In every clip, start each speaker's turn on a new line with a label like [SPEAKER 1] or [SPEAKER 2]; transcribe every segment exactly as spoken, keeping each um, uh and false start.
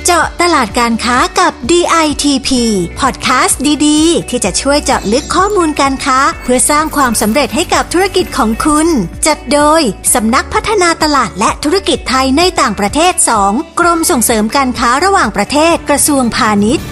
[SPEAKER 1] เจาะตลาดการค้ากับ ดี ไอ ที พี พอดแคสต์ดีๆที่จะช่วยเจาะลึกข้อมูลการค้าเพื่อสร้างความสำเร็จให้กับธุรกิจของคุณจัดโดยสำนักพัฒนาตลาดและธุรกิจไทยในต่างประเทศ สอง กรมส่งเสริมการค้าระหว่างประเทศกระทรวงพาณิชย์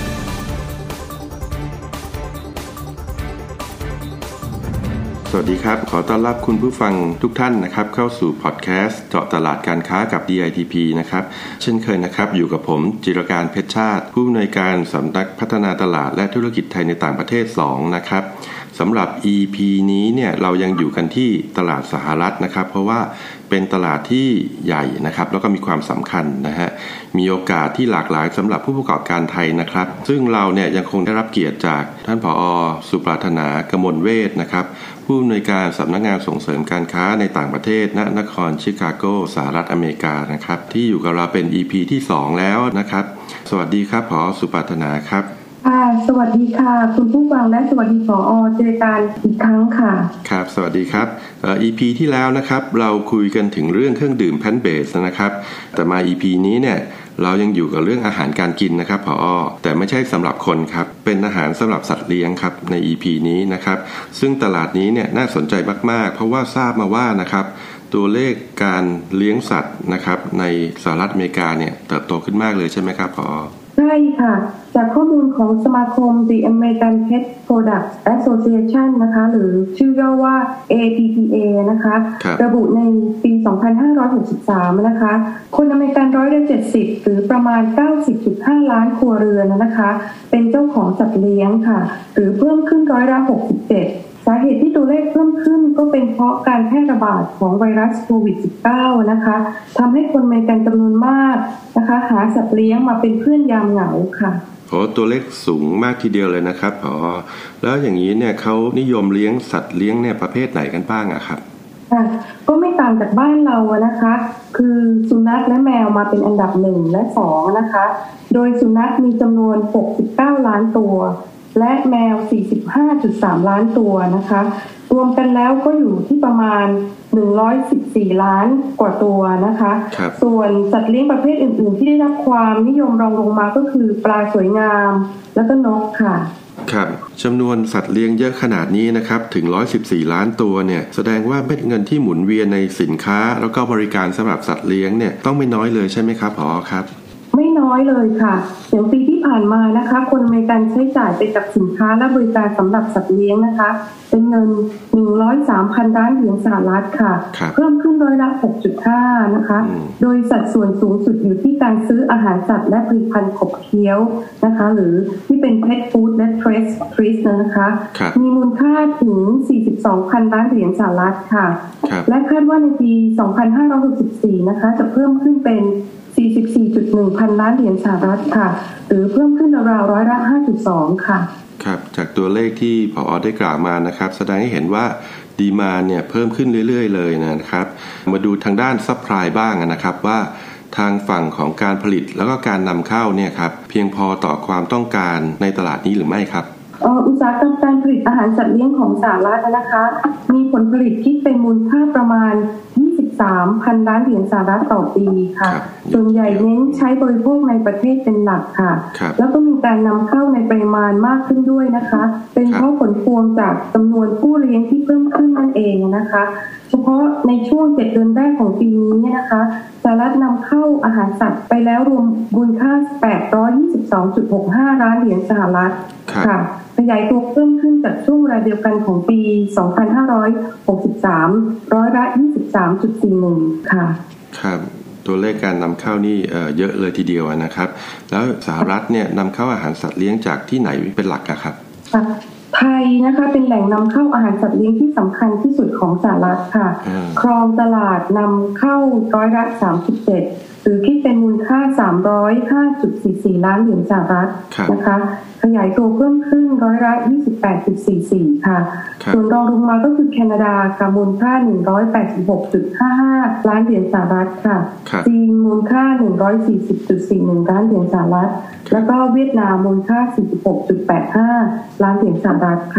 [SPEAKER 2] สวัสดีครับขอต้อนรับคุณผู้ฟังทุกท่านนะครับเข้าสู่พอดแคสต์เจาะตลาดการค้ากับ ดี ไอ ที พี นะครับเช่นเคยนะครับอยู่กับผมจิรการเพชรชาติผู้อำนวยการสำนักพัฒนาตลาดและธุรกิจไทยในต่างประเทศ สอง นะครับสำหรับ อี พี นี้เนี่ยเรายังอยู่กันที่ตลาดสหรัฐนะครับเพราะว่าเป็นตลาดที่ใหญ่นะครับแล้วก็มีความสำคัญนะฮะมีโอกาสที่หลากหลายสำหรับผู้ประกอบการไทยนะครับซึ่งเราเนี่ยยังคงได้รับเกียรติจากท่านผอ.สุปรารถนากมลเวชนะครับผู้อำนวยการสำนักงานส่งเสริมการค้าในต่างประเทศณนครชิคาโกสหรัฐอเมริกานะครับที่อยู่กับเราเป็น อี พี ที่สองแล้วนะครับสวัสดีครับผอ.สุปรารถนาครับ
[SPEAKER 3] ค่ะสวัสดีค่ะคุณผู้ฟังและสวัสดีผอ.เจรการอีกครั้งค่ะ
[SPEAKER 2] ครับสวัสดีครับเอ่อ อี พี ที่แล้วนะครับเราคุยกันถึงเรื่องเครื่องดื่มแพลนท์เบสนะครับแต่มา อี พี นี้เนี่ยเรายังอยู่กับเรื่องอาหารการกินนะครับผอ.แต่ไม่ใช่สำหรับคนครับเป็นอาหารสำหรับสัตว์เลี้ยงครับใน อี พี นี้นะครับซึ่งตลาดนี้เนี่ยน่าสนใจมากๆเพราะว่าทราบมาว่านะครับตัวเลขการเลี้ยงสัตว์นะครับในสหรัฐอเมริกาเนี่ยเติบโตขึ้นมากเลยใช่ไหมครับผอ.
[SPEAKER 3] ใช่ค่ะจากข้อมูลของสมาคม The American Pet Products Association นะคะหรือชื่อย่อว่า เอ พี พี เอ นะคะระบุในปี สองพันห้าร้อยหกสิบสาม นะคะคนอเมริกันร้อยละเจ็ดสิบหรือประมาณ เก้าสิบจุดห้า ล้านครัวเรือนนะคะเป็นเจ้าของสัตว์เลี้ยงค่ะหรือเพิ่มขึ้นร้อยละหกสิบเจ็ดสาเหตุที่ตัวเลขเพิ่มขึ้นก็เป็นเพราะการแพร่ระบาดของไวรัสโควิด สิบเก้า นะคะทำให้คนอเมริกันจำนวนมากนะคะหาสัตว์เลี้ยงมาเป็นเพื่อนยามเหงาค่ะ
[SPEAKER 2] โอ้ตัวเลขสูงมากทีเดียวเลยนะครับผอ.แล้วอย่างนี้เนี่ยเขานิยมเลี้ยงสัตว์เลี้ยงเนี่ยประเภทไหนกันบ้างอะครับ
[SPEAKER 3] ก็ไม่ต่างจากบ้านเรานะคะคือสุนัขและแมวมาเป็นอันดับหนึ่งและสองนะคะโดยสุนัขมีจำนวนหกสิบเก้าล้านตัวและแมว สี่สิบห้าจุดสาม ล้านตัวนะคะรวมกันแล้วก็อยู่ที่ประมาณหนึ่งร้อยสิบสี่ล้านกว่าตัวนะคะส่วนสัตว์เลี้ยงประเภทอื่นๆที่ได้รับความนิยมรองลงมาก็คือปลาสวยงามแล้วก็นกค่ะ
[SPEAKER 2] ครับจำนวนสัตว์เลี้ยงเยอะขนาดนี้นะครับถึงหนึ่งร้อยสิบสี่ล้านตัวเนี่ยแสดงว่าเม็ดเงินที่หมุนเวียนในสินค้าแล้วก็บริการสำหรับสัตว์เลี้ยงเนี่ยต้องไม่น้อยเลยใช่ไหมครับผอ.ครับ
[SPEAKER 3] ไม่น้อยเลยค่ะอย่างปีที่ผ่านมานะคะคนอเมริกันใช้จ่ายไปกับสินค้าและบริการสำหรับสัตว์เลี้ยงนะคะเป็นเงินหนึ่งร้อยสามพันล้านเหรียญสหรัฐค่ะเพิ่มขึ้นร้อยละ หกจุดห้า นะคะโดยสัดส่วนสูงสุดอยู่ที่การซื้ออาหารสัตว์และผลิตภัณฑ์ขบเคี้ยวนะคะหรือที่เป็น Pet Food และ Treats Treats นะคะมีมูลค่าถึง สี่สิบสองพันล้านเหรียญสหรัฐค่ะและคาดว่าในปี สองพันห้าร้อยหกสิบสี่ นะคะจะเพิ่มขึ้นเป็นสี่สิบสี่จุดหนึ่ง พันล้านเหรียญสหรัฐค่ะหรือเพิ่มขึ้นราวๆร้อยละ ห้าจุดสอง ค่ะ
[SPEAKER 2] ครับจากตัวเลขที่ผอ.ได้กล่าวมานะครับแสดงให้เห็นว่าดีมานด์เนี่ยเพิ่มขึ้นเรื่อยๆเลยนะครับมาดูทางด้านซัพพลายบ้างนะครับว่าทางฝั่งของการผลิตแล้วก็การนำเข้าเนี่ยครับเพียงพอต่อความต้องการในตลาดนี้หรือไม่ครับ
[SPEAKER 3] อุตสาหกรรมการผลิตอาหารสัตว์เลี้ยงของสหรัฐนะคะมีผลผลิตคิดเป็นมูลค่าประมาณยี่สิบสามพันล้านเหรียญสหรัฐต่อปีค่ะส่วนใหญ่เน้นใช้บริโภคในประเทศเป็นหลักค่ะแล้วก็มีการนำเข้าในปริมาณมากขึ้นด้วยนะคะเป็นเพราะผลพวงจากจำนวนผู้เลี้ยงที่เพิ่มขึ้นนั่นเองนะคะเฉพาะในช่วงเจ็ดเดือนแรกของปีนี้นะคะสหรัฐนำเข้าอาหารสัตว์ไปแล้วรวมมูลค่า แปดร้อยยี่สิบสองจุดหกห้า ล้านเหรียญสหรัฐค่ะขยายตัวเพิ่มขึ้นจากช่วงเวลาเดียวกันของปี สองพันห้าร้อยหกสิบสาม ร้อยละ ยี่สิบสามจุดสี่หนึ่ง ค่ะ
[SPEAKER 2] ครับตัวเลขการนำเข้านี่เอ่อเยอะเลยทีเดียวนะครับแล้วสหรัฐเนี่ยนำเข้าอาหารสัตว์เลี้ยงจากที่ไหนเป็นหลักอะครับ
[SPEAKER 3] ไทยนะคะเป็นแหล่งนำเข้าอาหารสัตว์เลี้ยงที่สำคัญที่สุดของสหรัฐค่ะครองตลาดนำเข้าร้อยละ สามสิบเจ็ดหรือคิดเป็นมูลค่า สามร้อยห้าจุดสี่สี่ ล้านเหรียญสหรัฐนะคะขยายตัวเพิ่มขึ้นร้อยละ ยี่สิบแปดจุดสี่สี่ ค่ะส่วนรองลงมาก็คือแคนาดาค่ะมูลค่า หนึ่งร้อยแปดสิบหกจุดห้าห้า ล้านเหรียญสหรัฐค่ะจีนมูลค่า หนึ่งร้อยสี่สิบจุดสี่หนึ่ง ล้านเหรียญสหรัฐแล้วก็เวียดนามมูลค่า สี่สิบหกจุดแปดห้า ล้านเหรียญสหรัฐค่ะ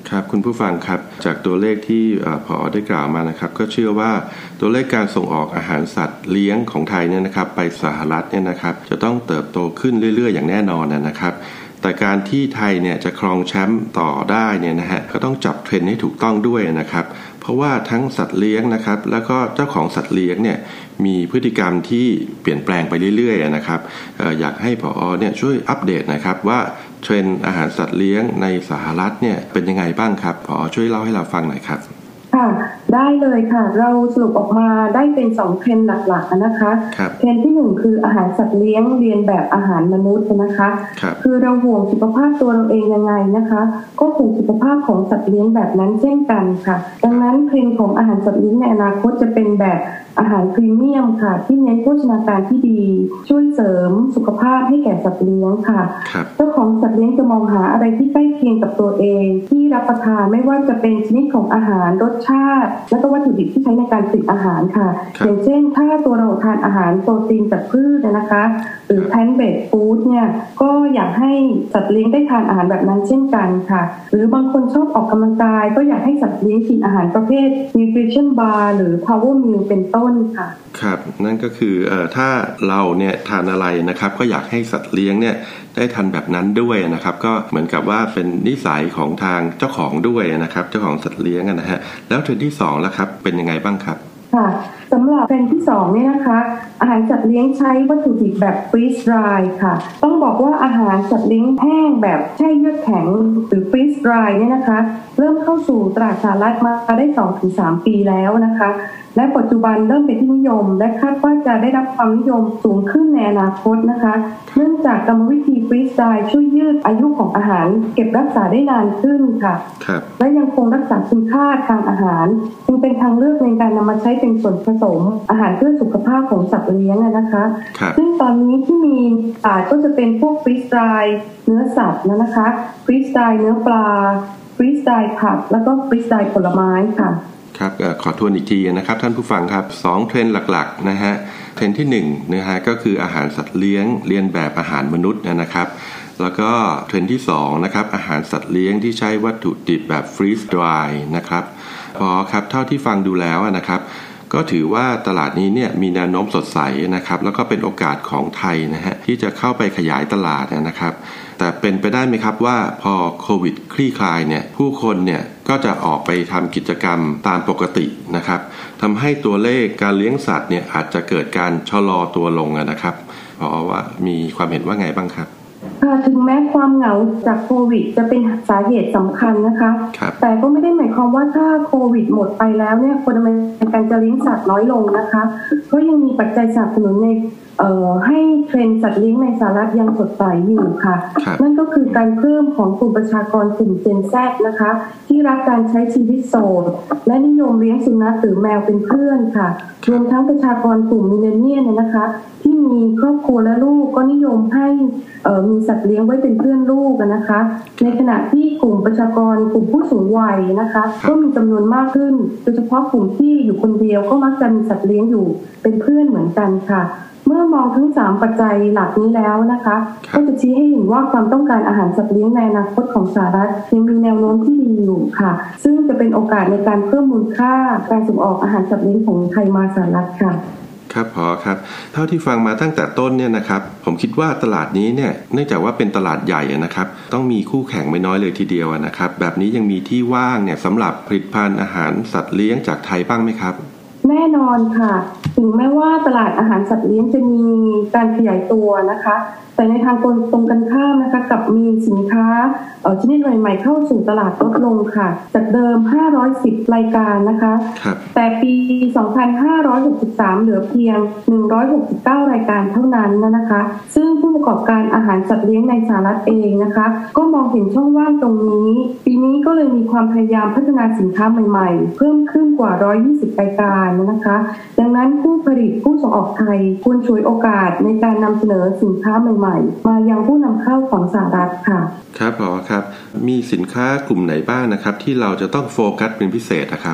[SPEAKER 2] ครับคุณผู้ฟังครับจากตัวเลขที่ผอ.ได้กล่าวมานะครับก็เชื่อว่าตัวเลขการส่งออกอาหารสัตว์เลี้ยงของไทยเนี่ยนะครับไปสหรัฐเนี่ยนะครับจะต้องเติบโตขึ้นเรื่อยๆอย่างแน่นอนนะครับแต่การที่ไทยเนี่ยจะครองแชมป์ต่อได้เนี่ยนะฮะก็ต้องจับเทรนด์ให้ถูกต้องด้วยนะครับเพราะว่าทั้งสัตว์เลี้ยงนะครับแล้วก็เจ้าของสัตว์เลี้ยงเนี่ยมีพฤติกรรมที่เปลี่ยนแปลงไปเรื่อยๆนะครับ เอ่อ อยากให้ผอ.เนี่ยช่วยอัปเดตนะครับว่าเทรนด์อาหารสัตว์เลี้ยงในสหรัฐเนี่ยเป็นยังไงบ้างครับผอ.ช่วยเล่าให้เราฟังหน่อยครับ
[SPEAKER 3] ค่ะได้เลยค่ะเราสรุปออกมาได้เป็นสองเทรนด์หลักๆนะคะเทรนด์ที่หนึ่งคืออาหารสัตว์เลี้ยงเรียนแบบอาหารมนุษย์นะคะคคือเราห่วงสุขภาพตัวเราเองยังไงนะคะก็ห่วงสุขภาพของสัตว์เลี้ยงแบบนั้นเช่นกันค่ะดังนั้นเทรนด์ของอาหารสัตว์เลี้ยงในอนาคตจะเป็นแบบอาหารพรีเมียมค่ะที่เน้นโภชนาการที่ดีช่วยเสริมสุขภาพให้แก่สัตว์เลี้ยงค่ะเจ้าของสัตว์เลี้ยงจะมองหาอะไรที่ใกล้เคียงกับตัวเองที่รับประทานไม่ว่าจะเป็นชนิดของอาหารรสชาติและก็วัตถุดิบที่ใช้ในการผลิตอาหารค่ะอย่างเช่นถ้าตัวเราทานอาหารโปรตีนจากพืชนะคะหรือ plant based food เนี่ยก็อยากให้สัตว์เลี้ยงได้ทานอาหารแบบนั้นเช่นกันค่ะหรือบางคนชอบออกกำลังกายก็อยากให้สัตว์เลี้ยงกินอาหารประเภท nutrition bar หรือ power meal เป็นต้นค่ะ
[SPEAKER 2] ครับนั่นก็คือเอ่อถ้าเราเนี่ยทานอะไรนะครับก็อยากให้สัตว์เลี้ยงเนี่ยได้ทานแบบนั้นด้วยนะครับก็เหมือนกับว่าเป็นนิสัยของทางเจ้าของด้วยนะครับเจ้าของสัตว์เลี้ยงนะฮะแล้วเทรนด์ที่สองล่ะครับเป็นยังไงบ้างครับ
[SPEAKER 3] ค่ะสำหรับเทรนด์ที่สองเนี่ยนะคะอาหารสัตว์เลี้ยงใช้วัตถุดิบแบบฟรีซดรายค่ะต้องบอกว่าอาหารสัตว์เลี้ยงแห้งแบบแช่เยือกแข็งหรือฟรีซดรายเนี่ยนะคะเริ่มเข้าสู่ตลาดสหรัฐมาได้ สองถึงสาม ปีแล้วนะคะและปัจจุบันเริ่มเป็นที่นิยมและคาดว่าจะได้รับความนิยมสูงขึ้นในอนาคตนะคะเนื่องจากกรรมวิธีฟรีซดรายช่วยยืดอายุของอาหารเก็บรักษาได้นานขึ้นค่ะและยังคงรักษาคุณค่าทางอาหารจึงเป็นทางเลือกในการนำมาใช้เป็นส่วนผสมอาหารเพื่อสุขภาพของสัตว์เลี้ยงนะคะซึ่งตอนนี้ที่มีตลาดก็จะเป็นพวกฟรีซดรายเนื้อสัตว์นะคะฟรีซดรายเนื้อปลาฟรีซดรายผักแล้วก็ฟรีซดรายผลไม้ค่ะ
[SPEAKER 2] ครับขอทวนอีกทีนะครับท่านผู้ฟังครับสองเทรนด์หลักๆนะฮะเทรนด์ที่หนึ่งนะฮะก็คืออาหารสัตว์เลี้ยงเลียนแบบอาหารมนุษย์นะครับแล้วก็เทรนด์ที่สองนะครับอาหารสัตว์เลี้ยงที่ใช้วัตถุดิบแบบฟรีซดรายนะครับพอครับเท่าที่ฟังดูแล้วนะครับก็ถือว่าตลาดนี้เนี่ยมีแนวโน้มสดใสนะครับแล้วก็เป็นโอกาสของไทยนะฮะที่จะเข้าไปขยายตลาดนะครับแต่เป็นไปได้ไหมครับว่าพอโควิดคลี่คลายเนี่ยผู้คนเนี่ยก็จะออกไปทำกิจกรรมตามปกตินะครับทำให้ตัวเลขการเลี้ยงสัตว์เนี่ยอาจจะเกิดการชะลอตัวลงนะครับเพราะว่ามีความเห็นว่าไงบ้างครับ
[SPEAKER 3] ค่ะถึงแม้ความเหงาจากโควิดจะเป็นสาเหตุสำคัญนะคะแต่ก็ไม่ได้หมายความว่าถ้าโควิดหมดไปแล้วเนี่ยคนอเมริกันจะเลี้ยงสัตว์น้อยลงนะคะก็ยังมีปัจจัยสนับสนุนในเอ่อให้เทรนด์สัตว์เลี้ยงในสหรัฐยังสดใสอยู่ค่ะนั่นก็คือการเพิ่มของกลุ่มประชากรกลุ่ม Gen Z นะคะที่รักการใช้ชีวิตโสดและนิยมเลี้ยงสุนัขหรือแมวเป็นเพื่อนค่ะรวมทั้งประชากรกลุ่มมิลเลนเนียลนะคะที่มีครอบครัวและลูกก็นิยมให้มีสัตว์เลี้ยงไว้เป็นเพื่อนลูกนะคะในขณะที่กลุ่มประชากรกลุ่มผู้สูงวัยนะคะก็มีจำนวนมากขึ้นโดยเฉพาะกลุ่มที่อยู่คนเดียวก็มักจะมีสัตว์เลี้ยงอยู่เป็นเพื่อนเหมือนกันค่ะเมื่อมองทั้งสามปัจจัยหลักนี้แล้วนะคะก็จะชี้ให้เห็นว่าความต้องการอาหารสัตว์เลี้ยงในอนาคตของสหรัฐยังมีแนวโน้มที่ดีอยู่ค่ะซึ่งจะเป็นโอกาสในการเพิ่มมูลค่าการส่งออกอาหารสัตว์เลี้ยงของไทยมาสหรัฐค่ะ
[SPEAKER 2] ครับพอครับเท่าที่ฟังมาตั้งแต่ต้นเนี่ยนะครับผมคิดว่าตลาดนี้เนี่ยเนื่องจากว่าเป็นตลาดใหญ่นะครับต้องมีคู่แข่งไม่น้อยเลยทีเดียวนะครับแบบนี้ยังมีที่ว่างเนี่ยสำหรับผลิตภัณฑ์อาหารสัตว์เลี้ยงจากไทยบ้างไหมครับ
[SPEAKER 3] แน่นอนค่ะถึงแม้ว่าตลาดอาหารสัตว์เลี้ยงจะมีการขยายตัวนะคะแต่ในทางตรงกันข้ามนะคะกับมีสินค้าชนิดใหม่ๆเข้าสู่ตลาดลดลงค่ะจากเดิมห้าร้อยสิบรายการนะคะแต่ปีสองพันห้าร้อยหกสิบสามเหลือเพียงหนึ่งร้อยหกสิบเก้ารายการเท่านั้นนะคะซึ่งผู้ประกอบการอาหารสัตว์เลี้ยงในสหรัฐเองนะคะก็มองเห็นช่องว่างตรงนี้ปีนี้ก็เลยมีความพยายามพัฒนาสินค้าใหม่ๆเพิ่มขึ้นกว่าหนึ่งร้อยยี่สิบรายการนะคะดังนั้นผู้ผลิตผู้ส่งออกไทยควรฉวยโอกาสในการนำเสนอสินค้าใหม่ๆมายังผู้นำเข้าของสหรัฐค่ะ
[SPEAKER 2] ครับพอครับมีสินค้ากลุ่มไหนบ้างนะครับที่เราจะต้องโฟกัสเป็นพิเศษนะครับ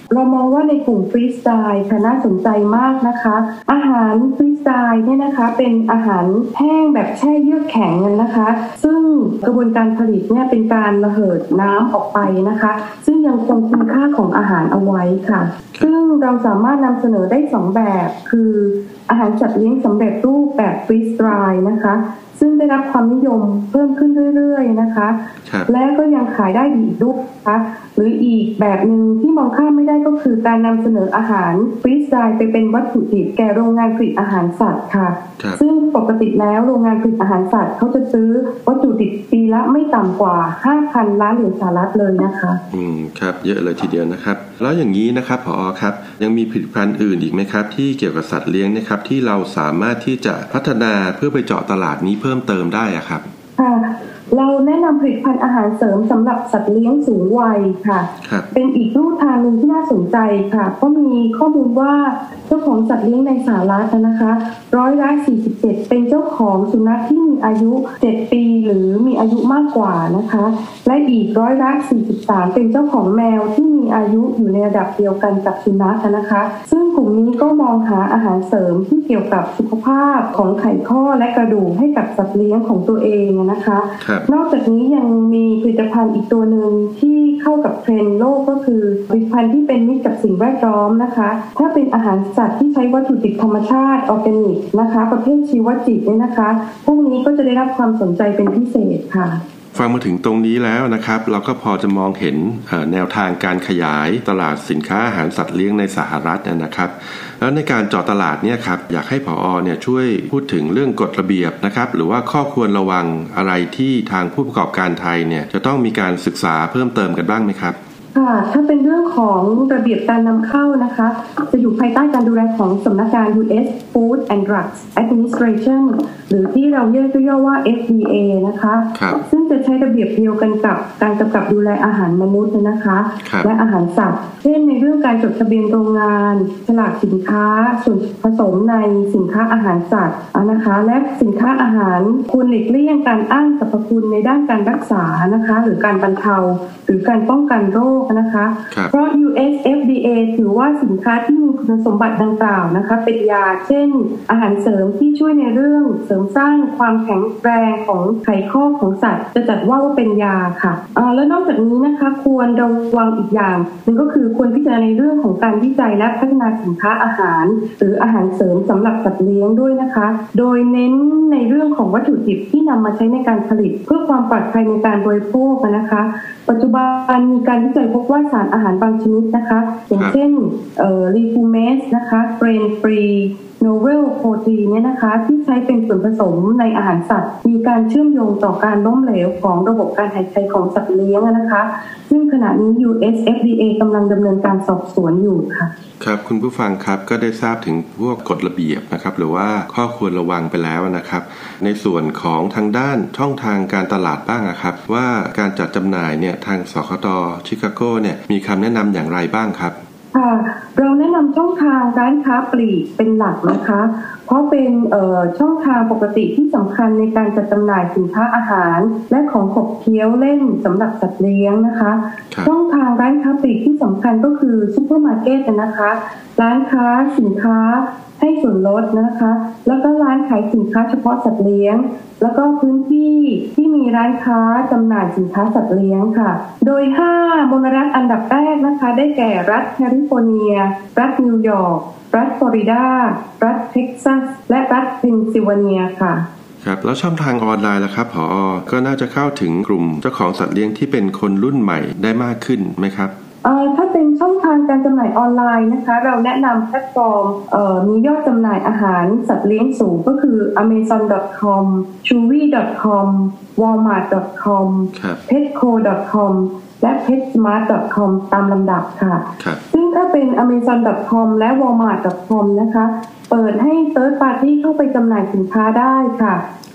[SPEAKER 3] เรามองว่าในกลุ่มฟรีสไตล์ค่ะน่าสนใจมากนะคะอาหารฟรีสไตล์เนี่ยนะคะเป็นอาหารแห้งแบบแช่เยือกแข็งนะคะซึ่งกระบวนการผลิตเนี่ยเป็นการระเหิดน้ำออกไปนะคะซึ่งยังคงคุณค่าของอาหารเอาไว้ค่ะซึ่งเราสามารถนำเสนอได้สองแบบคืออาหารจัดเลี้ยงสำเร็จรูปแบบฟรีสไตล์นะคะซึ่งได้รับความนิยมเพิ่มขึ้นเรื่อยๆนะคะและก็ยังขายได้ดีอีกด้วยนะคะหรืออีกแบบหนึ่งที่มองข้ามไม่ได้ก็คือการนำเสนออาหารฟรีสไตล์ไปเป็นวัตถุดิบแก่โรงงานผลิตอาหารสัตว์ค่ะซึ่งปกติแล้วโรงงานผลิตอาหารสัตว์เขาจะซื้อวัตถุดิบปีละไม่ต่ำกว่า ห้าพัน ล้านเหรียญสหรัฐเลยนะคะ
[SPEAKER 2] อืมครับเยอะเลยทีเดียวนะครับแล้วอย่างนี้นะครับผอ.ครับยังมีผลิตภัณฑ์อื่นอีกไหมครับที่เกี่ยวกับสัตว์เลี้ยงนะครับที่เราสามารถที่จะพัฒนาเพื่อไปเจาะตลาดนี้เพิ่มเติมได้อะครับ
[SPEAKER 3] ค่ะเราแนะนำผลิตภัณฑ์อาหารเสริมสำหรับสัตว์เลี้ยงสูงวัยค่ะเป็นอีกรูปทางหนึ่งที่น่าสนใจค่ะก็มีข้อมูลว่าเจ้าของสัตว์เลี้ยงในสหรัฐนะคะร้อยละสี่สิบเจ็ดเป็นเจ้าของสุนัขที่มีอายุเจ็ดปีหรือมีอายุมากกว่านะคะและอีกร้อยละสี่สิบสามเป็นเจ้าของแมวที่มีอายุอยู่ในระดับเดียวกันกับสุนัขนะคะซึ่งกลุ่มนี้ก็มองหาอาหารเสริมที่เกี่ยวกับสุขภาพของไขข้อและกระดูกให้กับสัตว์เลี้ยงของตัวเองนะคะนอกจากนี้ยังมีผลิตภัณฑ์อีกตัวหนึ่งที่เข้ากับเทรนด์โลกก็คือผลิตภัณฑ์ที่เป็นมิตรกับสิ่งแวดล้อมนะคะถ้าเป็นอาหารสัตว์ที่ใช้วัตถุดิบธรรมชาติออร์แกนิกนะคะประเภทชีวจิตเนี่ยนะคะพวกนี้ก็จะได้รับความสนใจเป็นพิเศษค่ะ
[SPEAKER 2] ฟังมาถึงตรงนี้แล้วนะครับเราก็พอจะมองเห็นแนวทางการขยายตลาดสินค้าอาหารสัตว์เลี้ยงในสหรัฐนะครับแล้วในการเจาะตลาดเนี่ยครับอยากให้ผอ.เนี่ยช่วยพูดถึงเรื่องกฎระเบียบนะครับหรือว่าข้อควรระวังอะไรที่ทางผู้ประกอบการไทยเนี่ยจะต้องมีการศึกษาเพิ่มเติมกันบ้างไหมครับ
[SPEAKER 3] ค่ะถ้าเป็นเรื่องของระเบียบการนำเข้านะคะจะอยู่ภายใต้การดูแลของสำนักงาน ยู เอส Food and Drugs Administration หรือที่เราเรียกย่อว่า เอฟ ดี เอ นะคะซึ่งจะใช้ระเบียบเดียวกันกับการกำกับดูแลอาหารมนุษย์นะคะและอาหารสัตว์เช่นในเรื่องการจดทะเบียนโรงงานฉลากสินค้าส่วนผสมในสินค้าอาหารสัตว์นะคะและสินค้าอาหารควรหลีกเลี่ยงการอ้างสรรพคุณในด้านการรักษานะคะหรือการบรรเทาหรือการป้องกันโรคนะคะเพราะ ยู เอส เอฟ ดี เอ ถือว่าสินค้าที่มีคุณสมบัติดังกล่าวนะคะเป็นยาเช่นอาหารเสริมที่ช่วยในเรื่องเสริมสร้างความแข็งแรงของไขข้อของสัตว์จะจัดว่าว่าเป็นยาค่ะแล้วนอกจากนี้นะคะควรระวังอีกอย่างหนึ่งก็คือควรพิจารณาในเรื่องของการวิจัยและพัฒนาสินค้าอาหารหรืออาหารเสริมสำหรับสัตว์เลี้ยงด้วยนะคะโดยเน้นในเรื่องของวัตถุดิบที่นำมาใช้ในการผลิตเพื่อความปลอดภัยในการบริโภคนะคะปัจจุบันมีการวิจัยพบว่าสารอาหารบางชนิดนะคะอย่างเช่นเอ่อรีฟูเมสนะคะเกรนฟรีโนเวลโปรตีนเนี่ยนะคะที่ใช้เป็นส่วนผสมในอาหารสัตว์มีการเชื่อมโยงต่อการล้มเหลวของระบบการหายใจของสัตว์เลี้ยงนะคะซึ่งขณะนี้ ยู เอส เอฟ ดี เอ กำลังดำเนินการสอบสวนอยู่ค่ะ
[SPEAKER 2] ครับคุณผู้ฟังครับก็ได้ทราบถึงพวกกฎระเบียบนะครับหรือว่าข้อควรระวังไปแล้วนะครับในส่วนของทางด้านช่องทางการตลาดบ้างนะครับว่าการจัดจำหน่ายเนี่ยทางสคต.ชิคาโกเนี่ยมีคำแนะนำอย่างไรบ้างครับ
[SPEAKER 3] ค่ะเราแนะนำช่องทางร้านค้าปลีกเป็นหลักนะคะเพราะเป็นเอ่อช่องทางปกติที่สำคัญในการจัดจำหน่ายสินค้าอาหารและของขบเคี้ยวเล่นสำหรับสัตว์เลี้ยงนะคะช่องทางร้านค้าปลีกที่สำคัญก็คือซุปเปอร์มาร์เก็ตนะคะร้านค้าสินค้าให้ส่วนลดนะคะแล้วก็ร้านขายสินค้าเฉพาะสัตว์เลี้ยงแล้วก็พื้นที่ที่มีร้านค้าจำหน่ายสินค้าสัตว์เลี้ยงค่ะโดยห้ามลรัฐอันดับแรกนะคะได้แก่รัฐแคลิฟอร์เนียรัฐนิวยอร์กรัฐฟลอริดารัฐเท็กซัสและรัฐเพนซิลเวเนียค่ะ
[SPEAKER 2] ครับแล้วช่องทางออนไลน์ล่ะครับผอ.ก็น่าจะเข้าถึงกลุ่มเจ้าของสัตว์เลี้ยงที่เป็นคนรุ่นใหม่ได้มากขึ้นไหมครับ
[SPEAKER 3] เอ่อถ้าเป็นช่องทางการจำหน่ายออนไลน์นะคะเราแนะนำแพลตฟอร์มเอ่อมียอดจำหน่ายอาหารสัตว์เลี้ยงสูงก็คือ อเมซอน ดอท คอม ชูวี่ ดอท คอม วอลมาร์ท ดอท คอม เพทโค ดอท คอม และ เพทสมาร์ท ดอท คอม ตามลำดับค่ะซึ่งถ้าเป็น อเมซอน ดอท คอม และ วอลมาร์ท ดอท คอม นะคะเปิดให้ Third Party เข้าไปจำหน่ายสินค้าได้ค่ะ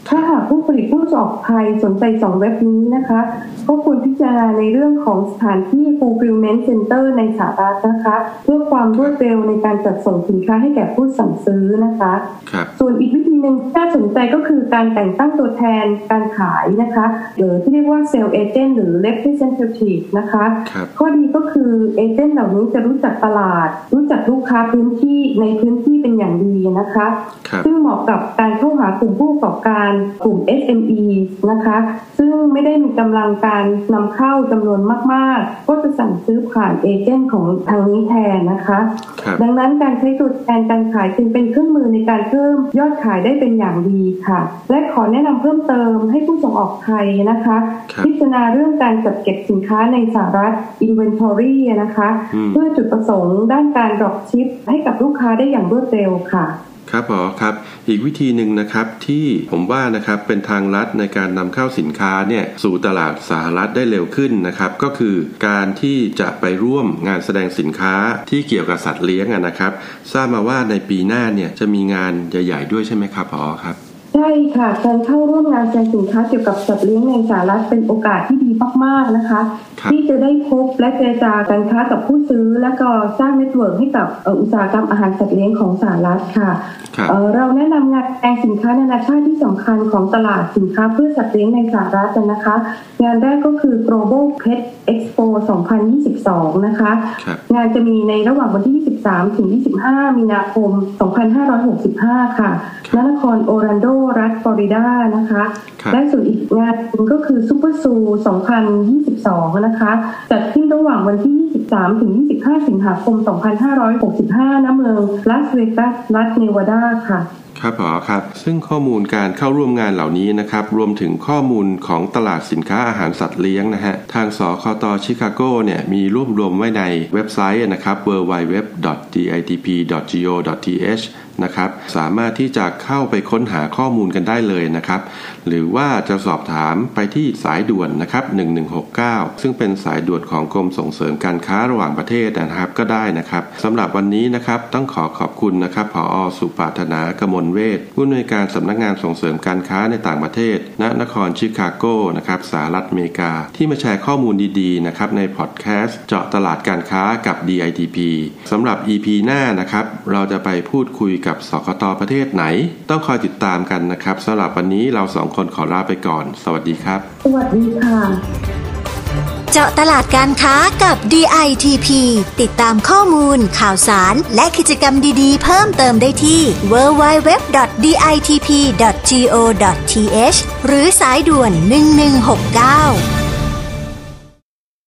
[SPEAKER 3] ถ้าหากผู้ผลิตผู้ส่งออกไทยสนใจสองเว็บนี้นะคะก็ควรพิจารณาในเรื่องของสถานที่ fulfillment center ในสหรัฐนะคะเพื่อความรวดเร็วในการจัดส่งสินค้าให้แก่ผู้สั่งซื้อนะคะส่วนอีกวิธีหนึ่งที่น่าสนใจก็คือการแต่งตั้งตัวแทนการขายนะคะหรือที่เรียกว่า sales agent หรือ representative นะคะข้อดีก็คือเอเจนต์เหล่านี้จะรู้จักตลาดรู้จักลูกค้าพื้นที่ในพื้นที่เป็นอย่างดีนะคะซึ่งเหมาะกับการเข้าหากลุ่มผู้ประกอบการกลุ่ม เอส เอ็ม อี นะคะซึ่งไม่ได้มีกำลังการนำเข้าจำนวนมากๆก็จะสั่งซื้อผ่านเอเจนต์ของทางนี้แทนนะคะดังนั้นการใช้ตัวแทนการขายจึงเป็นเครื่องมือในการเพิ่มยอดขายได้เป็นอย่างดีค่ะและขอแนะนำเพิ่มเติมให้ผู้ส่งออกไทยนะคะพิจารณาเรื่องการจัดเก็บสินค้าในสหรัฐ inventory นะคะเพื่อจุดประสงค์ด้านการดรอปชิปให้กับลูกค้าได้อย่างรวดเร็วค่ะ
[SPEAKER 2] ครับผอครับอีกวิธีหนึ่งนะครับที่ผมว่านะครับเป็นทางลัดในการนำเข้าสินค้าเนี่ยสู่ตลาดสหรัฐได้เร็วขึ้นนะครับก็คือการที่จะไปร่วมงานแสดงสินค้าที่เกี่ยวกับสัตว์เลี้ยงนะครับทราบมาว่าในปีหน้าเนี่ยจะมีงานใหญ่ๆด้วยใช่ไหมครับผอครับ
[SPEAKER 3] ใช่ค่ะการเข้าร่วมงานแสดงสินค้าเกี่ยวกับสัตว์เลี้ยงในสหรัฐเป็นโอกาสที่ดีมากๆนะคะที่จะได้พบและเจรจาการค้ากับผู้ซื้อและก็สร้างเน็ตเวิร์กให้กับอุตสาหกรรมอาหารสัตว์เลี้ยงของสหรัฐค่ะเราแนะนำงานแสดงสินค้านานาชาติที่สำคัญของตลาดสินค้าเพื่อสัตว์เลี้ยงในสหรัฐนะคะงานแรกก็คือ Global Pet Expo สองพันยี่สิบสองนะคะงานจะมีในระหว่างวันที่ยี่สิบสามถึงยี่สิบห้ามีนาคมสองพันห้าร้อยหกสิบห้าค่ะณนครโอรันโดรัฐฟลอริดานะคะและส่วนอีกงานนึงก็คือ Super Zoo สองพันยี่สิบสองนะคะจัดขึ้นระหว่างวันที่ยี่สิบสามถึงยี่สิบห้าสิงหาคมสองพันห้าร้อยหกสิบห้าณเมืองลาสเวกัสรัฐเนวาดาค่ะ
[SPEAKER 2] ครับผอครับซึ่งข้อมูลการเข้าร่วมงานเหล่านี้นะครับรวมถึงข้อมูลของตลาดสินค้าอาหารสัตว์เลี้ยงนะฮะทางสคต.ชิคาโกเนี่ยมีรวบรวมไว้ในเว็บไซต์นะครับ ดับเบิลยู ดับเบิลยู ดับเบิลยู ดอท ดี ไอ ที พี ดอท จี โอ ดอท ที เอช นะครับสามารถที่จะเข้าไปค้นหาข้อมูลกันได้เลยนะครับหรือว่าจะสอบถามไปที่สายด่วนนะครับหนึ่งหนึ่งหกเก้าซึ่งเป็นสายด่วนของกรมส่งเสริมการค้าระหว่างประเทศนะครับก็ได้นะครับสำหรับวันนี้นะครับต้องขอขอบคุณนะครับผอ.สุปรารถนากมลเวชผู้อำนวยการสำนักงานส่งเสริมการค้าในต่างประเทศณนครชิคาโกนะครับสหรัฐอเมริกาที่มาแชร์ข้อมูลดีๆนะครับในพอดแคสต์เจาะตลาดการค้ากับ ดี ไอ ที พี สำหรับ อี พี หน้านะครับเราจะไปพูดคุยกับสคต.ประเทศไหนต้องคอยติดตามกันนะครับสำหรับวันนี้เราสองคนขอลาไปก่อนสวัสดีครับ
[SPEAKER 3] สวัสดีค่ะ
[SPEAKER 1] เจาะตลาดการค้ากับ ดี ไอ ที พี ติดตามข้อมูลข่าวสารและกิจกรรมดีๆเพิ่มเติมได้ที่ ดับเบิลยู ดับเบิลยู ดับเบิลยู ดอท ดี ไอ ที พี ดอท จี โอ ดอท ที เอช หรือสายด่วนหนึ่งหนึ่งหกเก้า